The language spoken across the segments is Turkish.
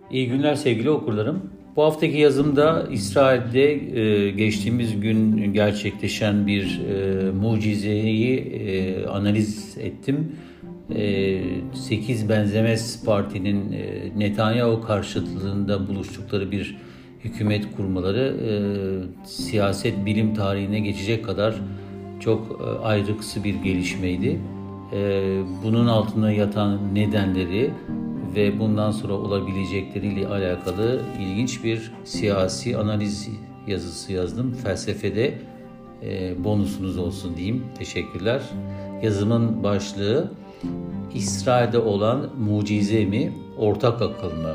İyi günler sevgili okurlarım. Bu haftaki yazımda İsrail'de geçtiğimiz gün gerçekleşen bir mucizeyi analiz ettim. 8 Benzemez Parti'nin Netanyahu karşıtlığında buluştukları bir hükümet kurmaları siyaset bilim tarihine geçecek kadar çok ayrıksı bir gelişmeydi. Bunun altında yatan nedenleri ve bundan sonra olabilecekleriyle alakalı ilginç bir siyasi analiz yazısı yazdım. Felsefede bonusunuz olsun diyeyim. Teşekkürler. Yazımın başlığı İsrail'de olan mucize mi, ortak akıl mı?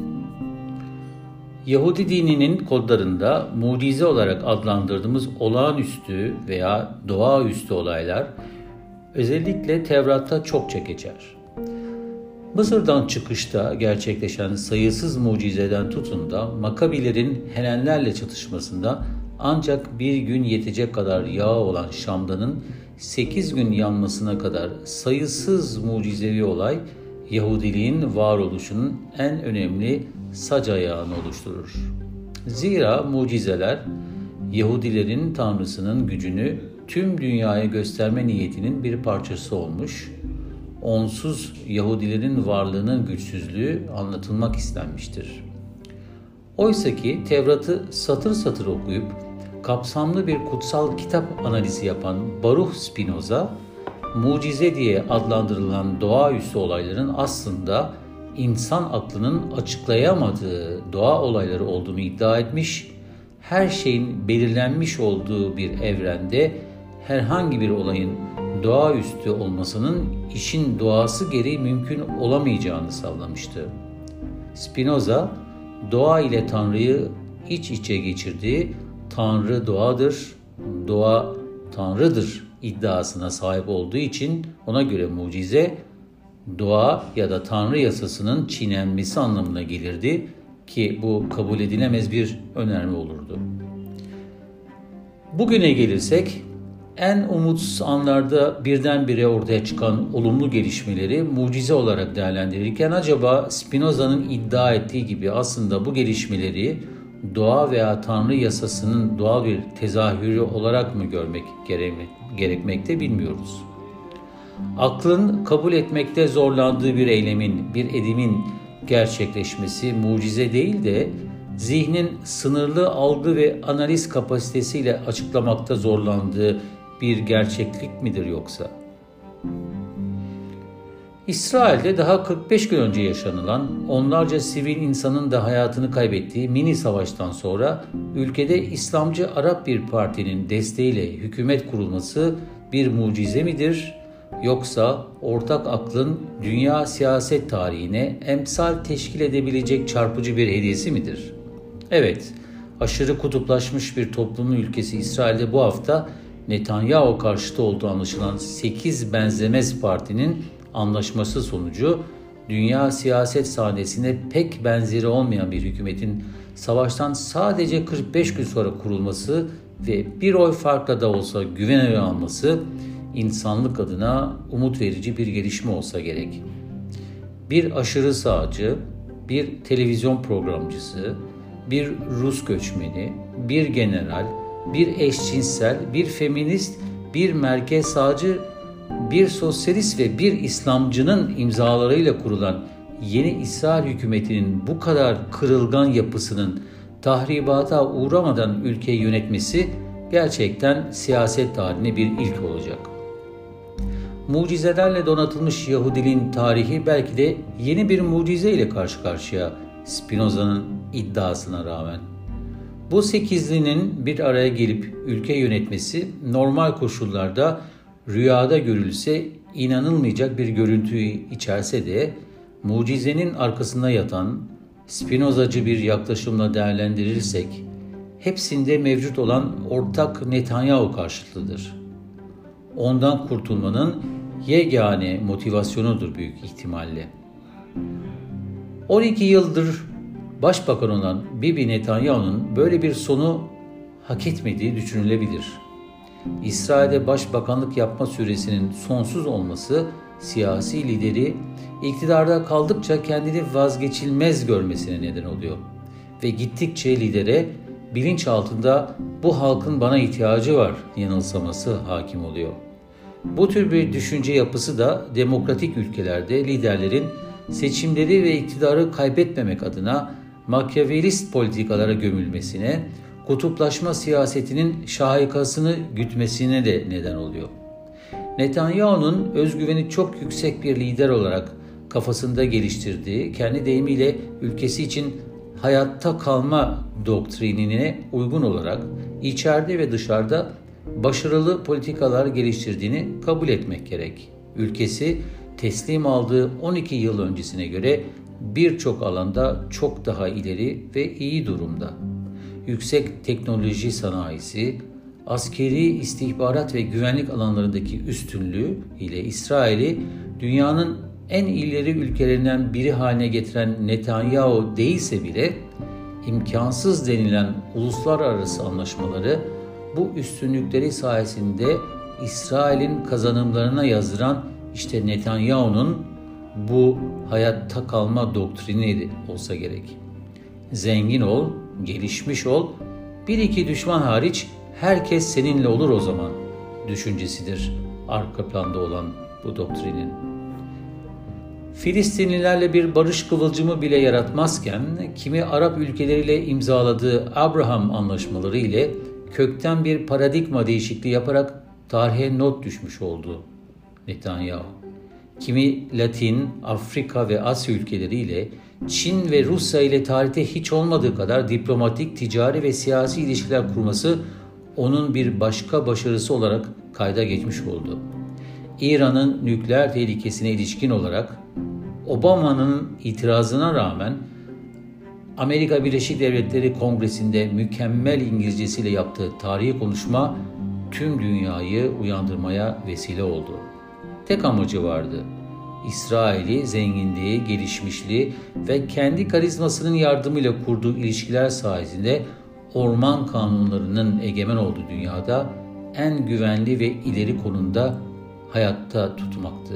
Yahudi dininin kodlarında mucize olarak adlandırdığımız olağanüstü veya doğaüstü olaylar özellikle Tevrat'ta çokça geçer. Mısır'dan çıkışta gerçekleşen sayısız mucizeden tutun da Makabilerin Helenlerle çatışmasında ancak bir gün yetecek kadar yağı olan Şam'danın 8 gün yanmasına kadar sayısız mucizevi olay Yahudiliğin varoluşunun en önemli sac ayağını oluşturur. Zira mucizeler Yahudilerin Tanrısının gücünü tüm dünyaya gösterme niyetinin bir parçası olmuş, onsuz Yahudilerin varlığının güçsüzlüğü anlatılmak istenmiştir. Oysa ki Tevrat'ı satır satır okuyup kapsamlı bir kutsal kitap analizi yapan Baruch Spinoza, mucize diye adlandırılan doğaüstü olayların aslında insan aklının açıklayamadığı doğa olayları olduğunu iddia etmiş, her şeyin belirlenmiş olduğu bir evrende herhangi bir olayın doğaüstü olmasının işin doğası gereği mümkün olamayacağını savlamıştı. Spinoza, doğa ile Tanrı'yı iç içe geçirdiği Tanrı doğadır, doğa Tanrı'dır iddiasına sahip olduğu için ona göre mucize, doğa ya da Tanrı yasasının çiğnenmesi anlamına gelirdi ki bu kabul edilemez bir önerme olurdu. Bugüne gelirsek, en umutsuz anlarda birdenbire ortaya çıkan olumlu gelişmeleri mucize olarak değerlendirirken acaba Spinoza'nın iddia ettiği gibi aslında bu gelişmeleri doğa veya Tanrı yasasının doğal bir tezahürü olarak mı görmek gerekmekte bilmiyoruz. Aklın kabul etmekte zorlandığı bir eylemin, bir edimin gerçekleşmesi mucize değil de zihnin sınırlı algı ve analiz kapasitesiyle açıklamakta zorlandığı bir gerçeklik midir yoksa? İsrail'de daha 45 gün önce yaşanılan, onlarca sivil insanın da hayatını kaybettiği mini savaştan sonra ülkede İslamcı Arap bir partinin desteğiyle hükümet kurulması bir mucize midir? Yoksa ortak aklın dünya siyaset tarihine emsal teşkil edebilecek çarpıcı bir hediyesi midir? Evet, aşırı kutuplaşmış bir toplumun ülkesi İsrail'de bu hafta Netanyahu karşıtı olduğu anlaşılan 8 Benzemez Parti'nin anlaşması sonucu dünya siyaset sahnesinde pek benzeri olmayan bir hükümetin savaştan sadece 45 gün sonra kurulması ve bir oy farkla da olsa güven oyu alması insanlık adına umut verici bir gelişme olsa gerek. Bir aşırı sağcı, bir televizyon programcısı, bir Rus göçmeni, bir general, bir eşcinsel, bir feminist, bir merkez sağcı, bir sosyalist ve bir İslamcının imzalarıyla kurulan yeni İsrail hükümetinin bu kadar kırılgan yapısının tahribata uğramadan ülkeyi yönetmesi gerçekten siyaset tarihine bir ilk olacak. Mucizelerle donatılmış Yahudiliğin tarihi belki de yeni bir mucize ile karşı karşıya Spinoza'nın iddiasına rağmen. Bu sekizlinin bir araya gelip ülke yönetmesi normal koşullarda rüyada görülse inanılmayacak bir görüntüyü içerse de mucizenin arkasında yatan Spinozacı bir yaklaşımla değerlendirirsek hepsinde mevcut olan ortak Netanyahu karşıtlığıdır. Ondan kurtulmanın yegane motivasyonudur büyük ihtimalle. 12 yıldır başbakan olan Bibi Netanyahu'nun böyle bir sonu hak etmediği düşünülebilir. İsrail'de başbakanlık yapma süresinin sonsuz olması siyasi lideri iktidarda kaldıkça kendini vazgeçilmez görmesine neden oluyor. Ve gittikçe lidere bilinç altında bu halkın bana ihtiyacı var yanılsaması hakim oluyor. Bu tür bir düşünce yapısı da demokratik ülkelerde liderlerin seçimleri ve iktidarı kaybetmemek adına makyavelist politikalara gömülmesine, kutuplaşma siyasetinin şahikasını gütmesine de neden oluyor. Netanyahu'nun özgüveni çok yüksek bir lider olarak kafasında geliştirdiği, kendi deyimiyle ülkesi için hayatta kalma doktrinine uygun olarak içeride ve dışarıda başarılı politikalar geliştirdiğini kabul etmek gerek. Ülkesi teslim aldığı 12 yıl öncesine göre birçok alanda çok daha ileri ve iyi durumda. Yüksek teknoloji sanayisi, askeri istihbarat ve güvenlik alanlarındaki üstünlüğü ile İsrail'i dünyanın en ileri ülkelerinden biri haline getiren Netanyahu değilse bile imkansız denilen uluslararası anlaşmaları bu üstünlükleri sayesinde İsrail'in kazanımlarına yazdıran işte Netanyahu'nun bu hayatta kalma doktrini olsa gerek. Zengin ol, gelişmiş ol, bir iki düşman hariç herkes seninle olur o zaman düşüncesidir arka planda olan bu doktrinin. Filistinlilerle bir barış kıvılcımı bile yaratmazken kimi Arap ülkeleriyle imzaladığı Abraham anlaşmaları ile kökten bir paradigma değişikliği yaparak tarihe not düşmüş oldu Netanyahu. Kimi Latin, Afrika ve Asya ülkeleriyle, Çin ve Rusya ile tarihte hiç olmadığı kadar diplomatik, ticari ve siyasi ilişkiler kurması onun bir başka başarısı olarak kayda geçmiş oldu. İran'ın nükleer tehlikesine ilişkin olarak Obama'nın itirazına rağmen Amerika Birleşik Devletleri Kongresi'nde mükemmel İngilizcesiyle yaptığı tarihi konuşma tüm dünyayı uyandırmaya vesile oldu. Tek amacı vardı: İsrail'i zenginliği, gelişmişliği ve kendi karizmasının yardımıyla kurduğu ilişkiler sayesinde orman kanunlarının egemen olduğu dünyada en güvenli ve ileri konumda hayatta tutmaktı.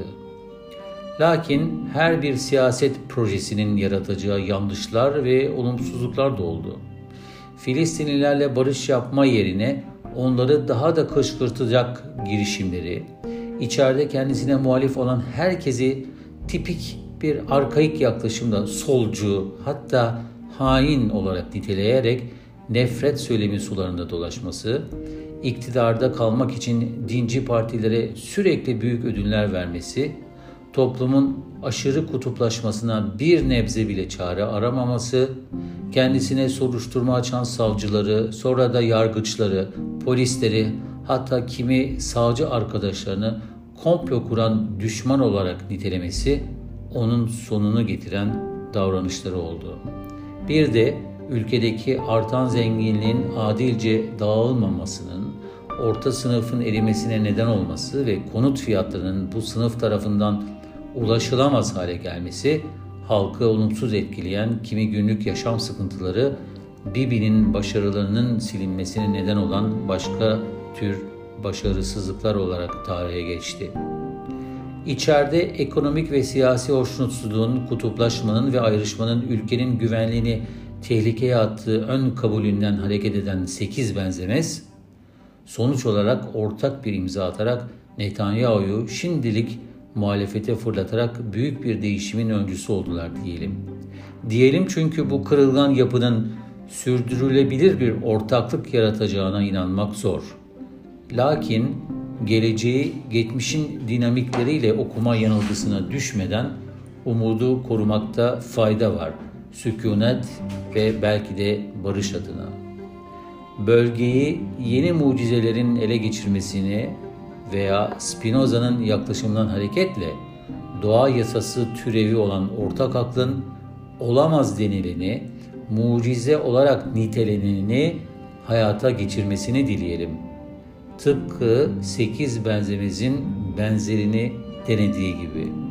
Lakin her bir siyaset projesinin yaratacağı yanlışlar ve olumsuzluklar da oldu. Filistinlilerle barış yapma yerine onları daha da kışkırtacak girişimleri, içeride kendisine muhalif olan herkesi tipik bir arkaik yaklaşımla solcu, hatta hain olarak niteleyerek nefret söylemi sularında dolaşması, iktidarda kalmak için dinci partilere sürekli büyük ödüller vermesi, toplumun aşırı kutuplaşmasına bir nebze bile çare aramaması, kendisine soruşturma açan savcıları, sonra da yargıçları, polisleri, hatta kimi savcı arkadaşlarını komplo kuran düşman olarak nitelemesi onun sonunu getiren davranışları oldu. Bir de ülkedeki artan zenginliğin adilce dağılmamasının, orta sınıfın erimesine neden olması ve konut fiyatlarının bu sınıf tarafından ulaşılamaz hale gelmesi, halkı olumsuz etkileyen kimi günlük yaşam sıkıntıları, Bibi'nin başarılarının silinmesine neden olan başka tür başarısızlıklar olarak tarihe geçti. İçeride ekonomik ve siyasi hoşnutsuzluğun, kutuplaşmanın ve ayrışmanın ülkenin güvenliğini tehlikeye attığı ön kabulünden hareket eden 8 benzemez, sonuç olarak ortak bir imza atarak Netanyahu'yu şimdilik muhalefete fırlatarak büyük bir değişimin öncüsü oldular diyelim. Diyelim çünkü bu kırılgan yapının sürdürülebilir bir ortaklık yaratacağına inanmak zor. Lakin geleceği geçmişin dinamikleriyle okuma yanılgısına düşmeden umudu korumakta fayda var. Sükunet ve belki de barış adına. Bölgeyi yeni mucizelerin ele geçirmesini veya Spinoza'nın yaklaşımından hareketle doğa yasası türevi olan ortak aklın olamaz denileni, mucize olarak niteleneni hayata geçirmesini dileyelim. Tıpkı 8 benzemezin benzerini denediği gibi.